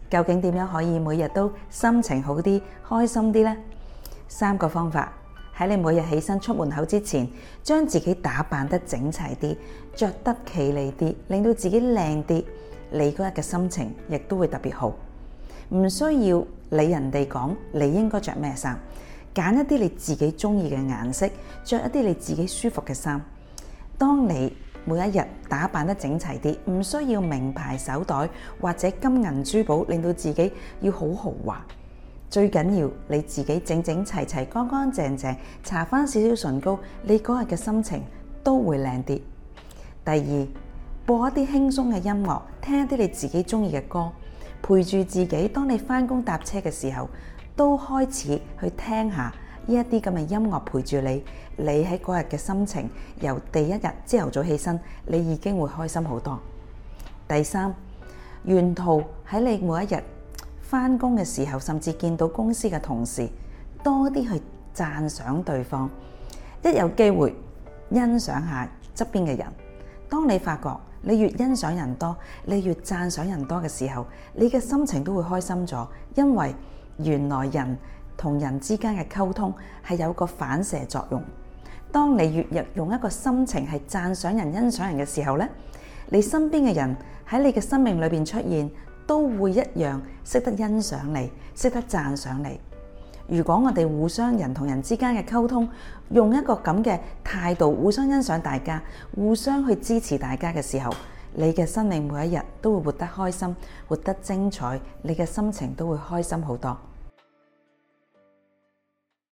究竟點樣可以每日都心情好啲、開心啲呢？3個方法。喺你每日起身出門口之前，將自己打扮得整齊啲，着得企理啲，令到自己靚啲，你嗰日嘅心情亦都會特別好。唔需要理人哋講你應該着咩衫，揀一啲你自己中意嘅顏色，着一啲你自己舒服嘅衫。當你每一日打扮得整齊啲，唔需要名牌手袋或者金銀珠寶，令到自己要好豪華。最緊要你自己整整齊齊、乾乾淨淨，搽翻少少唇膏，你嗰日嘅心情都會靚啲。第二，播一啲輕鬆嘅音樂，聽一啲你自己中意嘅歌，陪住自己。當你翻工搭車嘅時候，都開始去聽下呢一啲咁嘅音樂陪住你。你喺嗰日嘅心情，由第一日朝頭早起身，你已經會開心好多。第三，沿途喺你每一日翻工嘅時候，甚至見到公司嘅同事，多啲去讚賞對方。一有機會欣賞下側邊嘅人。當你發覺你越欣賞人多，你越讚賞人多嘅時候，你嘅心情都會開心咗。因為原來人同人之間嘅溝通係有個反射作用。當你越用一個心情係讚賞人、欣賞人嘅時候呢，你身邊嘅人喺你嘅生命裏邊出現，都會一樣識得欣賞你，識得讚賞你。如果我哋互相人同人之間嘅溝通，用一個咁嘅態度，互相欣賞大家，互相去支持大家嘅時候，你嘅生命每一日都會活得開心，活得精彩，你嘅心情都會開心好多。